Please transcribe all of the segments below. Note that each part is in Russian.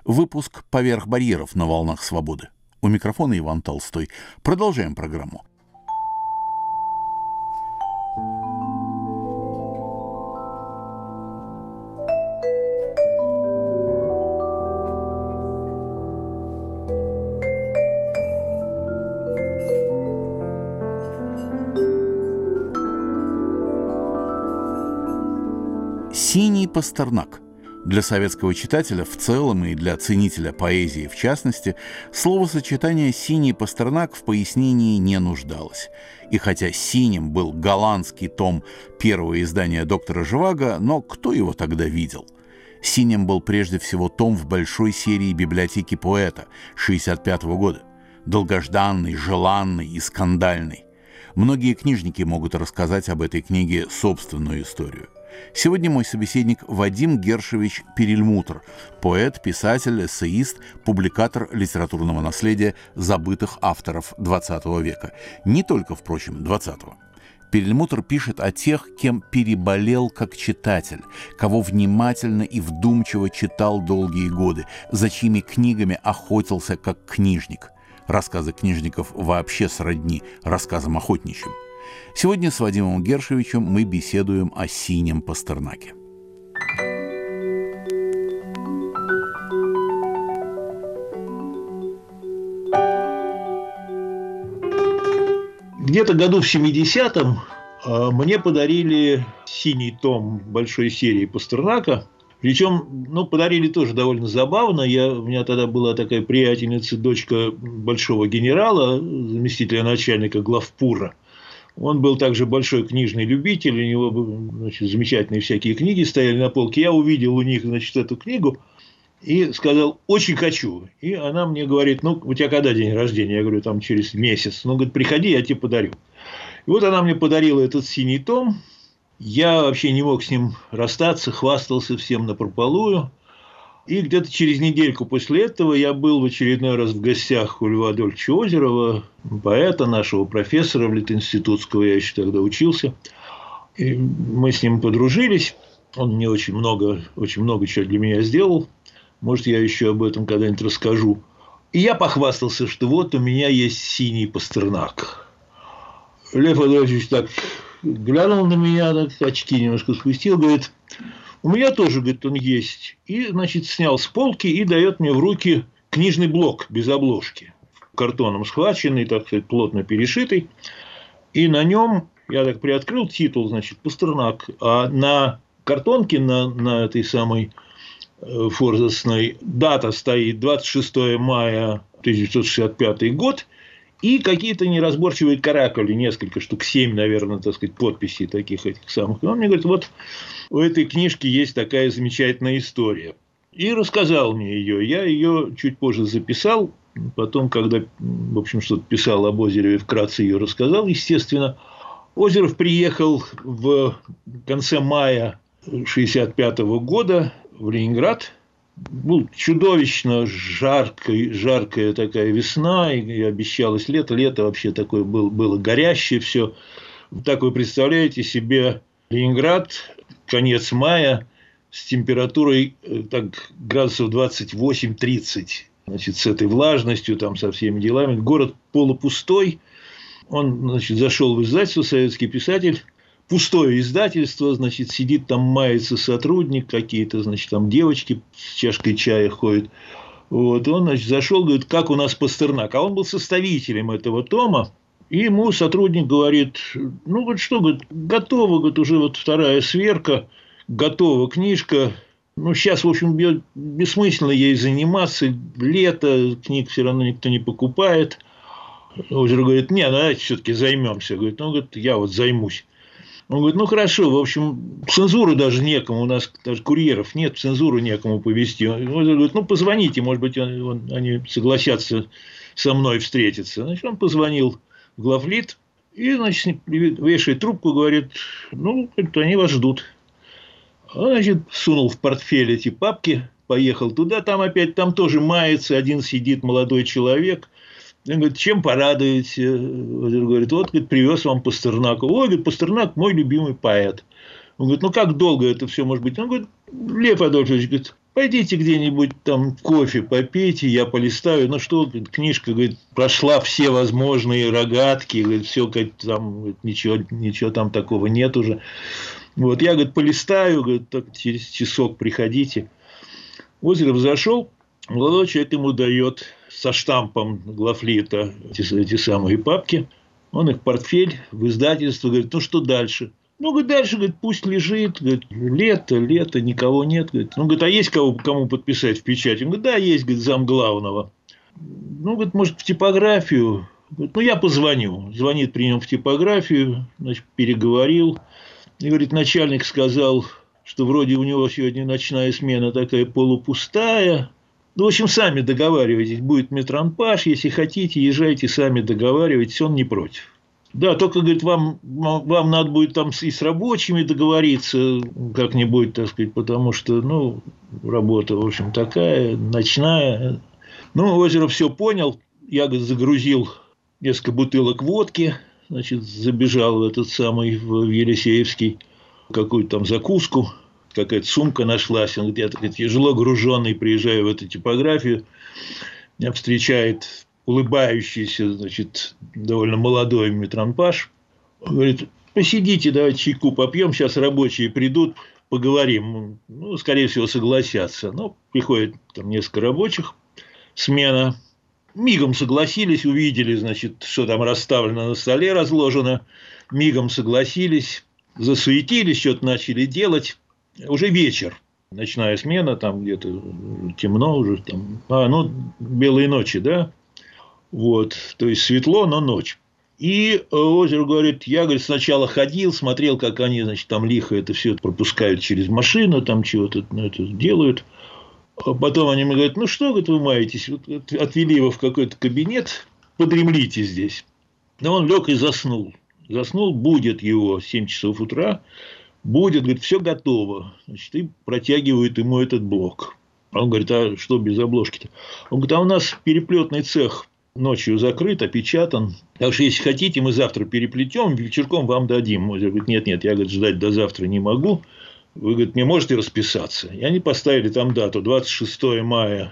Выпуск «Поверх барьеров» на волнах свободы. У микрофона Иван Толстой. Продолжаем программу. Синий Пастернак. Для советского читателя в целом и для ценителя поэзии в частности, словосочетание «синий Пастернак» в пояснении не нуждалось. И хотя синим был голландский том первого издания доктора Живаго, но кто его тогда видел? Синим был прежде всего том в большой серии библиотеки поэта 1965 года. Долгожданный, желанный и скандальный. Многие книжники могут рассказать об этой книге собственную историю. Сегодня мой собеседник Вадим Гершевич Перельмутр, поэт, писатель, эссеист, публикатор литературного наследия забытых авторов XX века. Не только, впрочем, XX. Перельмутр пишет о тех, кем переболел как читатель, кого внимательно и вдумчиво читал долгие годы, за чьими книгами охотился как книжник. Рассказы книжников вообще сродни рассказам охотничьим. Сегодня с Вадимом Гершевичем мы беседуем о синем Пастернаке. Где-то году в 70-м мне подарили синий том большой серии Пастернака. Причем, подарили тоже довольно забавно. У меня тогда была такая приятельница, дочка большого генерала, заместителя начальника главпура. Он был также большой книжный любитель, у него, замечательные всякие книги стояли на полке. Я увидел у них, эту книгу и сказал: очень хочу. И она мне говорит: у тебя когда день рождения? Я говорю: там через месяц. Говорит: приходи, я тебе подарю. И вот она мне подарила этот синий том. Я вообще не мог с ним расстаться, хвастался всем напропалую. И где-то через недельку после этого я был в очередной раз в гостях у Льва Адольфовича Озерова, поэта, нашего профессора в Литинститутского, я еще тогда учился. И мы с ним подружились. Он мне очень много чего для меня сделал. Может, я еще об этом когда-нибудь расскажу. И я похвастался, что вот у меня есть синий Пастернак. Лев Адольфович так глянул на меня, так очки немножко спустил, говорит: у меня тоже, говорит, он есть. И, снял с полки и дает мне в руки книжный блок без обложки. Картоном схваченный, так сказать, плотно перешитый. И на нем, я так приоткрыл титул, Пастернак. А на картонке, на этой самой форзацной, дата стоит 26 мая 1965 год. И какие-то неразборчивые каракули, несколько штук, 7, наверное, подписей таких этих самых. И он мне говорит: вот у этой книжки есть такая замечательная история. И рассказал мне ее. Я ее чуть позже записал. Потом, когда, в общем, что-то писал об Озерове, вкратце ее рассказал, естественно. Озеров приехал в конце мая 1965 года в Ленинград. Был чудовищно жаркая такая весна, и обещалось лето. Лето вообще такое было горящее все. Так вы представляете себе Ленинград, конец мая, с температурой так, градусов 28-30. С этой влажностью, там, со всеми делами. Город полупустой. Он, зашел в издательство, советский писатель. Пустое издательство, сидит там, мается сотрудник, какие-то, там девочки с чашкой чая ходят. Вот, он, зашел, говорит: как у нас Пастернак? А он был составителем этого тома. И ему сотрудник говорит: говорит, готово, говорит, уже вот вторая сверка, готова книжка. Сейчас, в общем, бессмысленно ей заниматься. Лето, книг все равно никто не покупает. Озеров говорит: давайте все-таки займемся. Говорит: я вот займусь. Он говорит: хорошо, в общем, цензуру даже некому, у нас даже курьеров нет, цензуру некому повезти. Он говорит: позвоните, может быть, они согласятся со мной встретиться. Он позвонил в главлит и, вешает трубку, говорит: они вас ждут. Он, сунул в портфель эти папки, поехал туда, там тоже мается, один сидит молодой человек. Он говорит: чем порадуете? Он говорит: вот, говорит, привез вам Пастернака. Ой, говорит, Пастернак мой любимый поэт. Он говорит: как долго это все может быть? Он говорит: Лев Адольфович, говорит, пойдите где-нибудь там кофе попейте, я полистаю. Ну что, говорит, книжка, говорит, прошла все возможные рогатки, говорит, все, говорит, там, говорит, ничего там такого нет уже. Вот, я, говорит, полистаю, говорит, так, через часок приходите. Озеров зашел, молодой человек ему дает со штампом главлита эти самые папки. Он их в портфель, в издательство, говорит, ну что дальше? Ну, говорит, дальше, говорит, пусть лежит, говорит, лето, никого нет. Говорит. Ну, говорит, а есть кому подписать в печать? Он говорит, да, есть, говорит, замглавного. Ну, говорит, может, в типографию? Говорит, ну, я позвоню. Звонит при нем в типографию, значит, переговорил. И, говорит, начальник сказал, что вроде у него сегодня ночная смена такая полупустая. Ну, в общем, сами договаривайтесь. Будет метронпаш, если хотите, езжайте, сами договаривайтесь, он не против. Да, только, говорит, вам надо будет там и с рабочими договориться как-нибудь, так сказать, потому что, ну, работа, в общем, такая, ночная. Ну, Озеров все понял. Я, говорит, загрузил несколько бутылок водки, значит, забежал в этот самый, в Елисеевский, какую-то там закуску, какая-то сумка нашлась. Он говорит, я, так, тяжело груженный приезжаю в эту типографию, меня встречает улыбающийся, значит, довольно молодой метронпаш. Говорит, посидите, давайте чайку попьем, сейчас рабочие придут, поговорим. Ну, скорее всего, согласятся. Ну, приходит там несколько рабочих, смена. Мигом согласились, увидели, значит, что там расставлено на столе, разложено. Мигом согласились, засуетились, что-то начали делать. Уже вечер. Ночная смена, там где-то темно уже. Там, ну, белые ночи, да? Вот, то есть светло, но ночь. И Озеров говорит, я, говорит, сначала ходил, смотрел, как они, значит, там лихо это все пропускают через машину, там чего-то это делают. А потом они мне говорят, ну что, говорит, вы маетесь? Вот, отвели его в какой-то кабинет, подремлите здесь. Но он лег и заснул. Заснул, будет его 7 часов утра, будет, говорит, все готово. Значит, и протягивают ему этот блок. Он говорит, а что без обложки-то? Он говорит, а у нас переплетный цех ночью закрыт, опечатан. Так что, если хотите, мы завтра переплетем, вечерком вам дадим. Он говорит, нет, я, говорит, ждать до завтра не могу. Вы, говорит, мне можете расписаться? И они поставили там дату 26 мая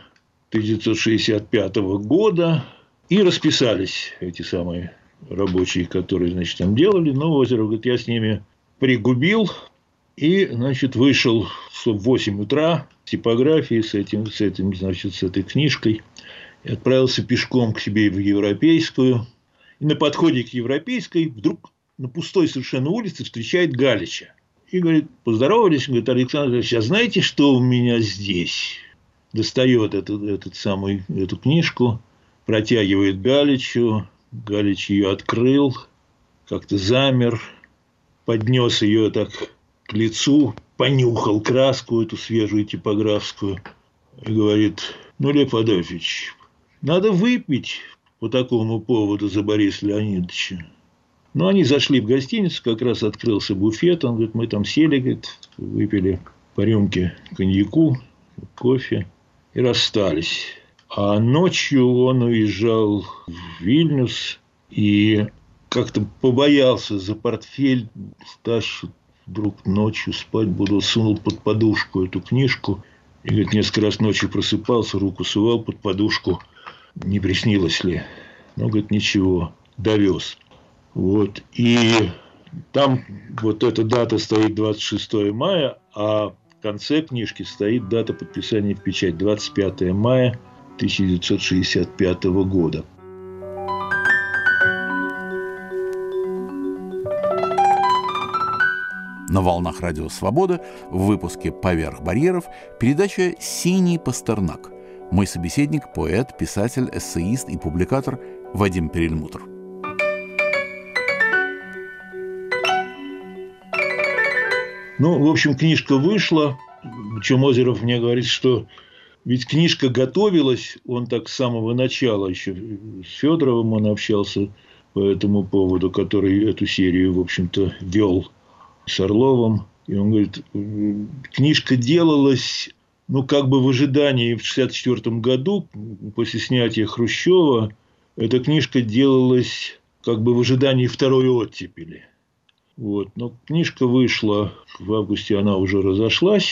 1965 года. И расписались эти самые рабочие, которые, значит, там делали. Но Озеров, говорит, я с ними пригубил. И, значит, вышел в 8 утра в типографии с этим, значит, с этой книжкой. И отправился пешком к себе в Европейскую. И на подходе к Европейской вдруг на пустой совершенно улице встречает Галича. И говорит, поздоровались, говорит, Александр Ильич, а знаете, что у меня здесь? Достает эту книжку, протягивает Галичу. Галич ее открыл, как-то замер, поднес ее так к лицу, понюхал краску эту свежую типографскую и говорит, ну, Лев Адольфович, надо выпить по такому поводу за Бориса Леонидовича. Ну, они зашли в гостиницу, как раз открылся буфет, он говорит, мы там сели, говорит, выпили по рюмке коньяку, кофе и расстались. А ночью он уезжал в Вильнюс и как-то побоялся за портфель, Стас, вдруг ночью спать буду, сунул под подушку эту книжку. И, говорит, несколько раз ночью просыпался, руку сувал под подушку, не приснилось ли. Но, говорит, ничего, довез. Вот. И там вот эта дата стоит 26 мая, а в конце книжки стоит дата подписания в печать 25 мая 1965 года. На волнах Радио Свобода в выпуске «Поверх барьеров» передача «Синий Пастернак». Мой собеседник – поэт, писатель, эссеист и публикатор Вадим Перельмутр. Ну, в общем, книжка вышла. Причем Озеров мне говорит, что ведь книжка готовилась, он так с самого начала еще с Федоровым он общался по этому поводу, который эту серию, в общем-то, вел с Орловым. И он говорит, книжка делалась, ну, как бы в ожидании в 1964 году, после снятия Хрущева, эта книжка делалась как бы в ожидании второй оттепели. Вот. Но книжка вышла, в августе она уже разошлась.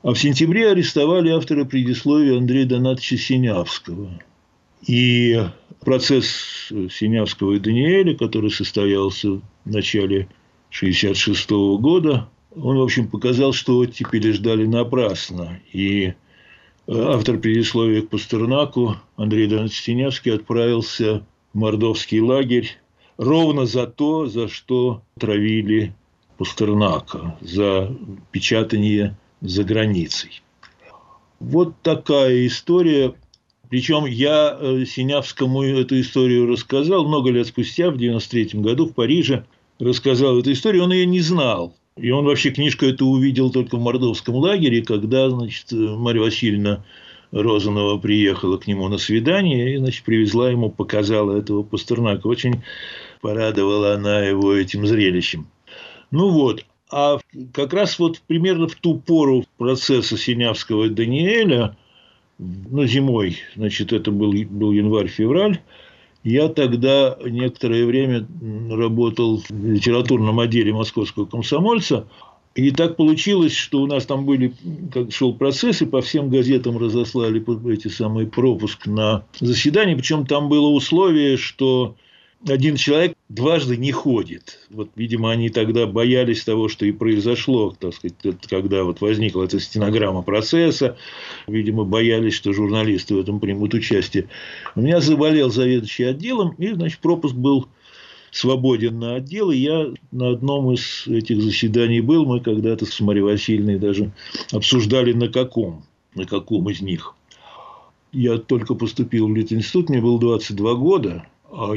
А в сентябре арестовали автора предисловия Андрея Донатовича Синявского. И процесс Синявского и Даниэля, который состоялся в начале 1966 года, он, в общем, показал, что оттепели ждали напрасно. И автор предисловия к Пастернаку Андрей Донатович Синявский отправился в мордовский лагерь ровно за то, за что травили Пастернака, за печатание за границей. Вот такая история. Причем я Синявскому эту историю рассказал много лет спустя, в 1993 году в Париже. Рассказал эту историю, он ее не знал. И он вообще книжку эту увидел только в мордовском лагере, когда, значит, Марья Васильевна Розанова приехала к нему на свидание и, значит, привезла ему, показала этого Пастернака. Очень порадовала она его этим зрелищем. Ну вот. А как раз вот примерно в ту пору процесса Синявского и Даниэля, ну, зимой, значит, это был январь-февраль, я тогда некоторое время работал в литературном отделе Московского комсомольца, и так получилось, что у нас там шел процесс, и по всем газетам разослали эти самые пропуск на заседание, причем там было условие, что один человек дважды не ходит. Вот, видимо, они тогда боялись того, что и произошло, так сказать, когда вот возникла эта стенограмма процесса. Видимо, боялись, что журналисты в этом примут участие. У меня заболел заведующий отделом, и, значит, пропуск был свободен на отдел, и я на одном из этих заседаний был. Мы когда-то с Марьей Васильевной даже обсуждали, на каком из них. Я только поступил в Литинститут, мне было 22 года.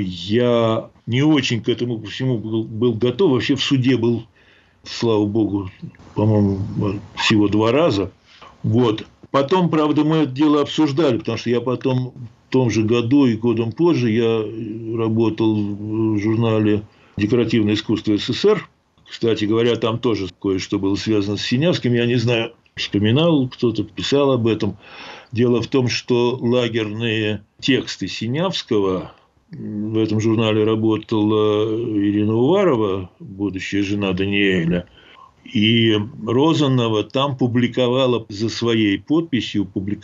Я не очень к этому всему был готов. Вообще в суде был, слава богу, по-моему, всего 2 раза. Вот. Потом, правда, мы это дело обсуждали, потому что я потом в том же году и годом позже я работал в журнале «Декоративное искусство СССР». Кстати говоря, там тоже кое-что было связано с Синявским. Я не знаю, вспоминал, кто-то писал об этом. Дело в том, что лагерные тексты Синявского... В этом журнале работала Ирина Уварова, будущая жена Даниэля. И Розанова там публиковала за своей подписью,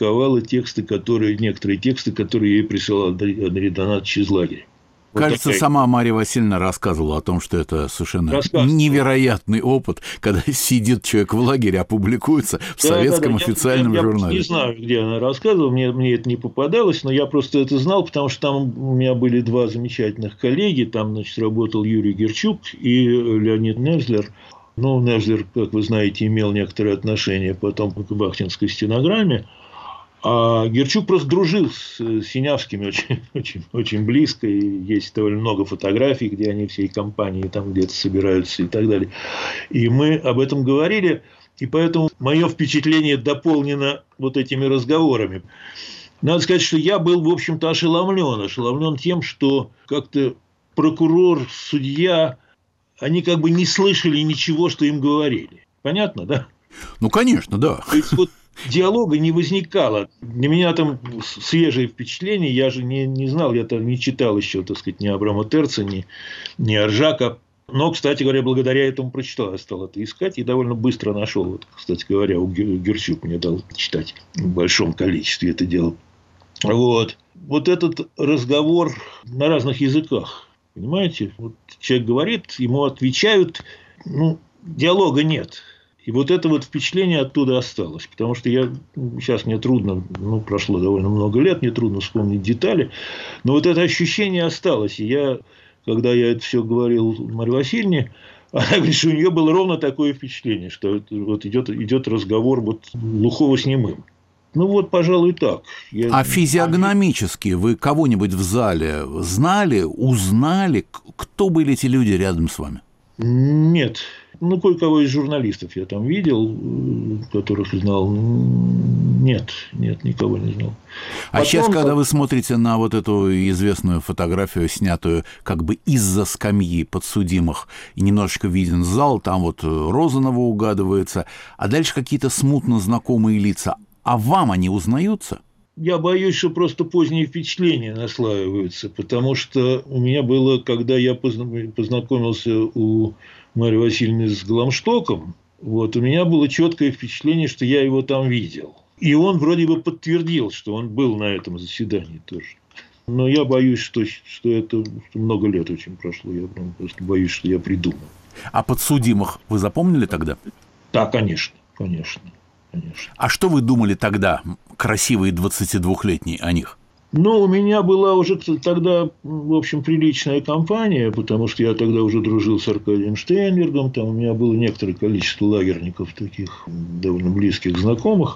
некоторые тексты, которые ей присылал Андрей Донатович из лагеря. Кажется, сама Марья Васильевна рассказывала о том, что это совершенно невероятный опыт, когда сидит человек в лагере, а публикуется в советском официальном журнале. Я не знаю, где она рассказывала, мне это не попадалось, но я просто это знал, потому что там у меня были 2 замечательных коллеги, там, значит, работал Юрий Герчук и Леонид Невзлер. Ну, Невзлер, как вы знаете, имел некоторые отношения потом к бахтинской стенограмме. А Герчук просто дружил с Синявским очень близко. И есть довольно много фотографий, где они всей компанией там где-то собираются и так далее. И мы об этом говорили. И поэтому мое впечатление дополнено вот этими разговорами. Надо сказать, что я был, в общем-то, ошеломлен тем, что как-то прокурор, судья, они как бы не слышали ничего, что им говорили. Понятно, да? Ну, конечно, да. То есть, вот диалога не возникало. Для меня там свежее впечатление, я же не знал, я там не читал еще, так сказать, ни Абрама Терца, ни Аржака. Но, кстати говоря, благодаря этому прочитал, я стал это искать и довольно быстро нашел. Вот, кстати говоря, у Герчук мне дал читать в большом количестве это дело. Вот этот разговор на разных языках, понимаете? Вот человек говорит, ему отвечают, диалога нет. И вот это вот впечатление оттуда осталось. Потому что сейчас мне трудно, прошло довольно много лет, мне трудно вспомнить детали. Но вот это ощущение осталось. И когда я это все говорил Марье Васильевне, она говорит, что у нее было ровно такое впечатление, что вот идет разговор вот глухого с немым. Пожалуй, так. А физиогномически вы кого-нибудь в зале знали, узнали? Кто были эти люди рядом с вами? Нет. Кое-кого из журналистов я там видел, которых знал. Нет, никого не знал. А сейчас, когда вы смотрите на вот эту известную фотографию, снятую как бы из-за скамьи подсудимых, и немножечко виден зал, там вот Розанова угадывается, а дальше какие-то смутно знакомые лица. А вам они узнаются? Я боюсь, что просто поздние впечатления наслаиваются, потому что у меня было, когда я познакомился у Марьи Васильевны с Гламштоком, Вот, у меня было четкое впечатление, что я его там видел. И он вроде бы подтвердил, что он был на этом заседании тоже. Но я боюсь, что это что много лет очень прошло. Я просто боюсь, что я придумал. А подсудимых вы запомнили тогда? Да, конечно, конечно. А что вы думали тогда, красивый 22-летний, о них? Ну, у меня была уже тогда, в общем, приличная компания, потому что я тогда уже дружил с Аркадием Штейнбергом, там у меня было некоторое количество лагерников, таких довольно близких знакомых,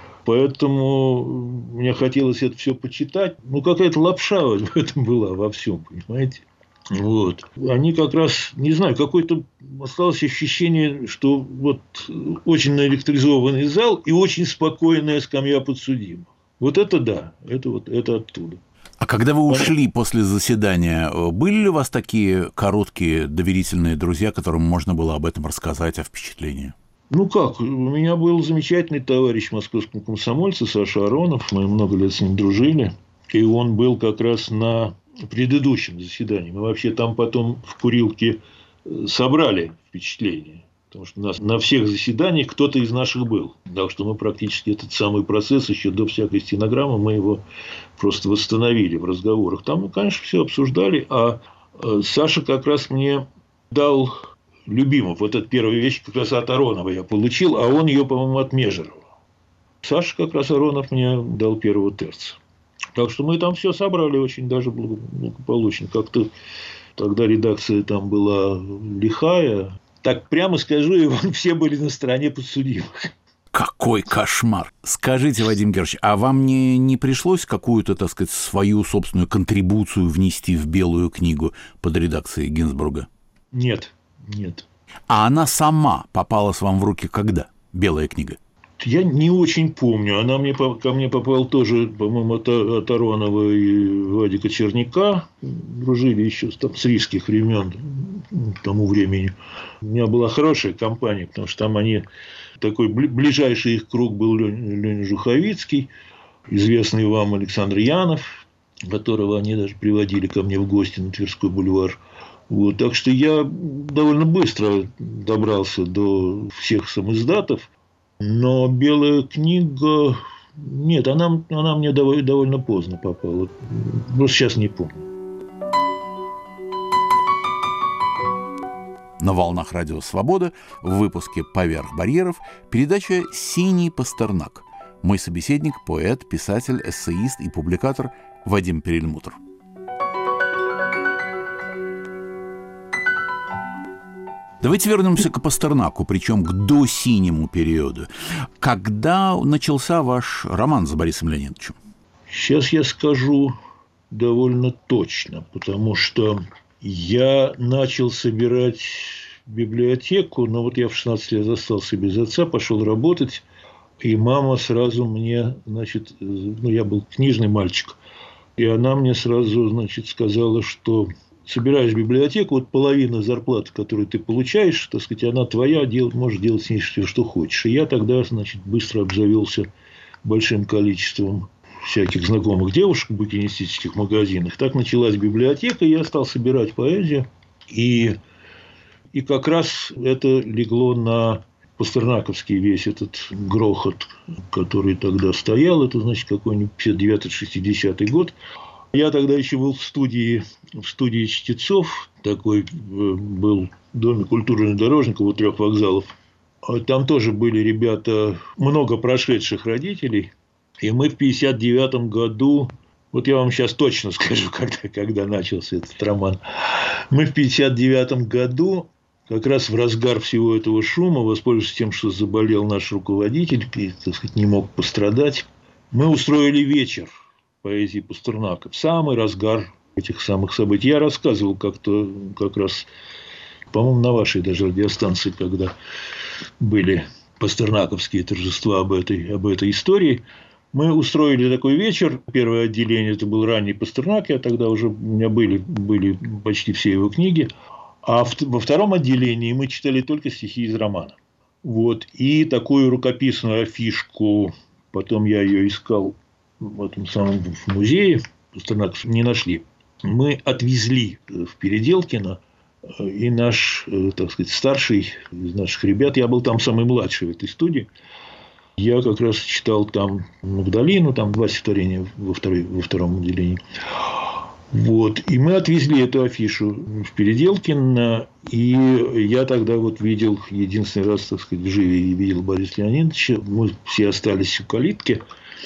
поэтому мне хотелось это все почитать. Ну, какая-то лапша в этом была во всем, понимаете? Вот. Они как раз, не знаю, какое-то осталось ощущение, что вот очень наэлектризованный зал и очень спокойная скамья подсудимых. Вот это да, это оттуда. А когда вы ушли после заседания, были ли у вас такие короткие доверительные друзья, которым можно было об этом рассказать, о впечатлении? Ну как, у меня был замечательный товарищ в московском комсомольце Саша Аронов, мы много лет с ним дружили, и он был как раз на предыдущем заседании. Мы вообще там потом в курилке собрали впечатления. Потому что у нас на всех заседаниях кто-то из наших был. Так что мы практически этот самый процесс, еще до всякой стенограммы, мы его просто восстановили в разговорах. Там мы, конечно, все обсуждали. А Саша как раз мне дал любимую. Вот эта первая вещь как раз от Аронова я получил, а он ее, по-моему, от Межерова. Саша как раз Аронов мне дал первого терца. Так что мы там все собрали очень даже благополучно. Как-то тогда редакция там была лихая. Так прямо скажу, Иван, все были на стороне подсудимых. Какой кошмар! Скажите, Вадим Георгиевич, а вам не пришлось какую-то, так сказать, свою собственную контрибуцию внести в белую книгу под редакцией Гинзбурга? Нет. А она сама попалась вам в руки когда, белая книга? Я не очень помню. Она ко мне попала тоже, по-моему, от Аронова и Вадика Черняка. Дружили еще там, с рижских времен к тому времени. У меня была хорошая компания, потому что там они... Такой ближайший их круг был Леня Жуховицкий, известный вам Александр Янов, которого они даже приводили ко мне в гости на Тверской бульвар. Вот, так что я довольно быстро добрался до всех самиздатов. Но белая книга... Нет, она мне довольно поздно попала. Просто сейчас не помню. На волнах Радио Свобода в выпуске «Поверх барьеров» передача «Синий Пастернак». Мой собеседник – поэт, писатель, эссеист и публикатор Вадим Перельмутр. Давайте вернемся к Пастернаку, причем к досинему периоду. Когда начался ваш роман с Борисом Леонидовичем? Сейчас я скажу довольно точно, потому что я начал собирать библиотеку, но вот я в 16 лет остался без отца, пошел работать, и мама сразу мне, значит, я был книжный мальчик, и она мне сразу, значит, сказала, что... Собираешь библиотеку, вот половина зарплаты, которую ты получаешь, так сказать, она твоя, можешь делать с ней все, что хочешь. И я тогда, значит, быстро обзавелся большим количеством всяких знакомых девушек в букинистических магазинах. Так началась библиотека, я стал собирать поэзию. И как раз это легло на пастернаковский весь этот грохот, который тогда стоял. Это, значит, какой-нибудь 59-60 год. Я тогда еще был в студии чтецов, такой был в Доме культуры Дорожникова у 3 вокзалов. Там тоже были ребята, много прошедших родителей. И мы в 59 году, вот я вам сейчас точно скажу, когда начался этот роман. Мы в 59 году, как раз в разгар всего этого шума, воспользовавшись тем, что заболел наш руководитель, и, так сказать, не мог пострадать, мы устроили вечер поэзии Пастернака в самый разгар этих самых событий. Я рассказывал как-то как раз, по-моему, на вашей даже радиостанции, когда были пастернаковские торжества об этой истории. Мы устроили такой вечер. Первое отделение – это был ранний Пастернак. Я тогда уже, у меня были почти все его книги. А во втором отделении мы читали только стихи из романа. Вот. И такую рукописную афишку, потом я ее искал в этом самом музее, Пастернак не нашли. Мы отвезли в Переделкино И наш, так сказать, старший из наших ребят, я был там самый младший в этой студии, я как раз читал там «Магдалину», там 2 стихотворения во втором отделении. Вот. И мы отвезли эту афишу в Переделкино, и я тогда вот видел, единственный раз, так сказать, в живе видел Бориса Леонидовича. Мы все остались у калитки,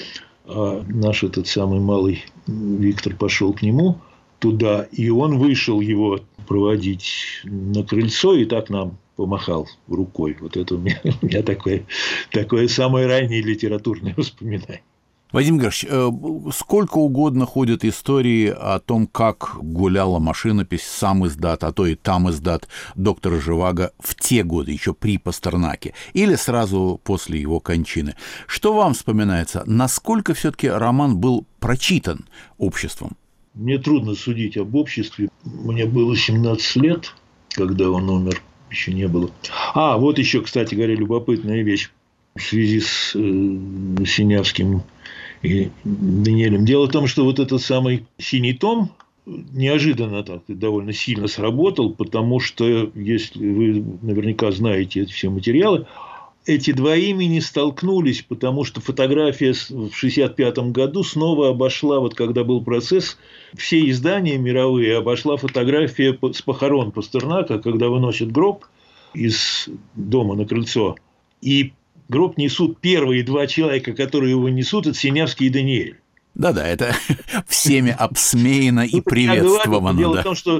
а наш этот самый малый Виктор пошел к нему туда, и он вышел его проводить на крыльцо и так нам помахал рукой. Вот это у меня такое самое раннее литературное воспоминание. Вадим Георгиевич, сколько угодно ходят истории о том, как гуляла машинопись, сам издат, а то и там издат доктора Живаго в те годы, еще при Пастернаке, или сразу после его кончины. Что вам вспоминается? Насколько все-таки роман был прочитан обществом? Мне трудно судить об обществе. Мне было 17 лет, когда он умер, еще не было. Вот еще, кстати говоря, любопытная вещь в связи с Синявским и Даниэлем. Дело в том, что вот этот самый «Синий том» неожиданно так довольно сильно сработал, потому что, если вы наверняка знаете эти все материалы, эти два имени столкнулись, потому что фотография в 1965 году снова обошла, вот когда был процесс, все издания мировые обошла фотография с похорон Пастернака, когда выносят гроб из дома на крыльцо, и гроб несут первые 2 человека, которые его несут, это Синявский и Даниэль. Да-да, это всеми обсмеяно и приветствовано. Дело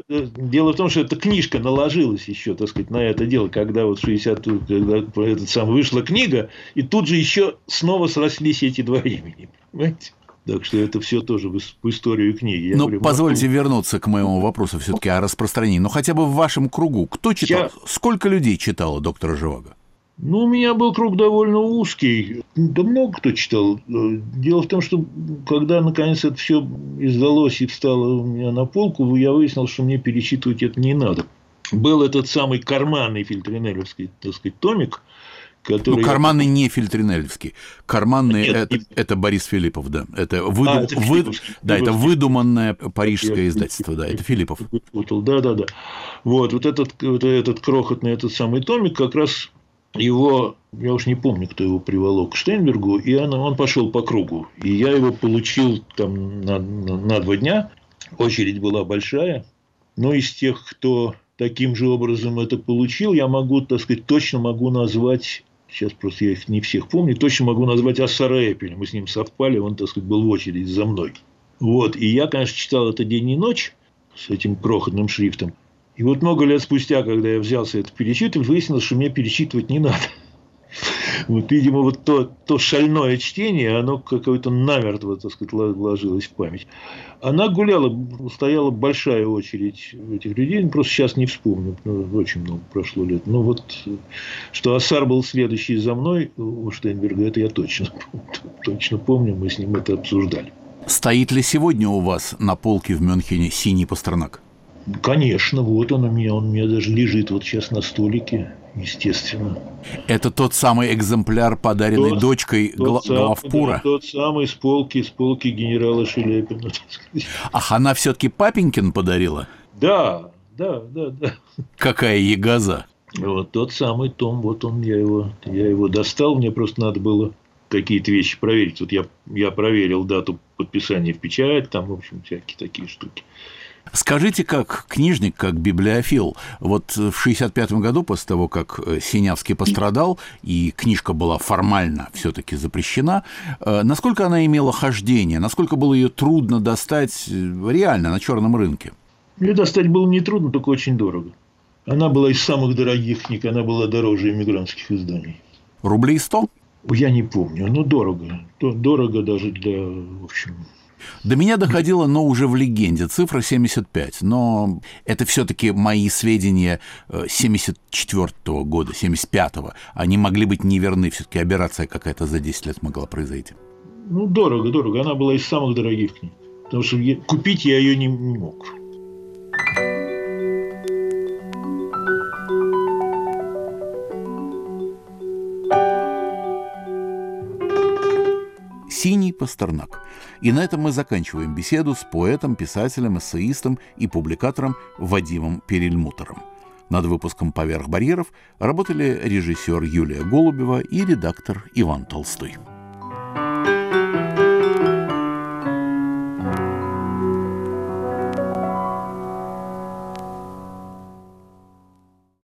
в том, что эта книжка наложилась еще, так сказать, на это дело, когда вот 60-ю, когда вышла книга, и тут же еще снова срослись эти 2 имени. Понимаете? Так что это все тоже в историю книги. Позвольте вернуться к моему вопросу все-таки о распространении. Хотя бы в вашем кругу кто читал? Сколько людей читало доктора Живаго? У меня был круг довольно узкий. Да много кто читал. Дело в том, что когда, наконец, это все издалось и встало у меня на полку, я выяснил, что мне перечитывать это не надо. Был этот самый карманный фильтринелевский, так сказать, томик, который... карманный не фильтринелевский. Карманный это Борис Филиппов, да. Это выдуманное парижское издательство, да, это Филиппов. Да. Вот этот крохотный, этот самый томик как раз... Его, я уж не помню, кто его приволок к Штейнбергу, и он пошел по кругу. И я его получил там на 2 дня. Очередь была большая. Но из тех, кто таким же образом это получил, я могу, так сказать, точно могу назвать, сейчас просто я их не всех помню, точно могу назвать Ассара Эпеля. Мы с ним совпали, он, так сказать, был в очереди за мной. Вот. И я, конечно, читал это день и ночь с этим крохотным шрифтом. И вот много лет спустя, когда я взялся это перечитывать, выяснилось, что мне перечитывать не надо. Вот, видимо, вот то шальное чтение, оно какое-то намертво, так сказать, ложилось в память. Она гуляла, стояла большая очередь этих людей, просто сейчас не вспомню, очень много прошло лет. Но вот, что Ассар был следующий за мной у Штейнберга, это я точно помню, мы с ним это обсуждали. Стоит ли сегодня у вас на полке в Мюнхене «Синий Пастернак»? Конечно, вот он у меня даже лежит вот сейчас на столике, естественно. Это тот самый экземпляр, подаренный дочкой главпура? Тот самый с полки генерала Шелепина. Ах, она все-таки папенькин подарила? Да. Какая ягоза! Вот тот самый том, вот он, я его достал, мне просто надо было какие-то вещи проверить. Вот я проверил дату подписания в печать, там, в общем, всякие такие штуки. Скажите, как книжник, как библиофил, вот в 1965 году, после того, как Синявский пострадал, и книжка была формально все-таки запрещена, насколько она имела хождение, насколько было ее трудно достать реально на черном рынке? Ее достать было нетрудно, только очень дорого. Она была из самых дорогих книг, она была дороже эмигрантских изданий. Рублей 100? Я не помню, но дорого. Дорого даже для, в общем... До меня доходило, но уже в легенде, цифра 75. Но это все-таки мои сведения 74-го года, 75-го. Они могли быть неверны, все-таки операция какая-то за 10 лет могла произойти. Дорого. Она была из самых дорогих книг. Потому что купить я ее не мог. «Синий Пастернак. И на этом мы заканчиваем беседу с поэтом, писателем, эссеистом и публикатором Вадимом Перельмутером. Над выпуском «Поверх барьеров» работали режиссер Юлия Голубева и редактор Иван Толстой.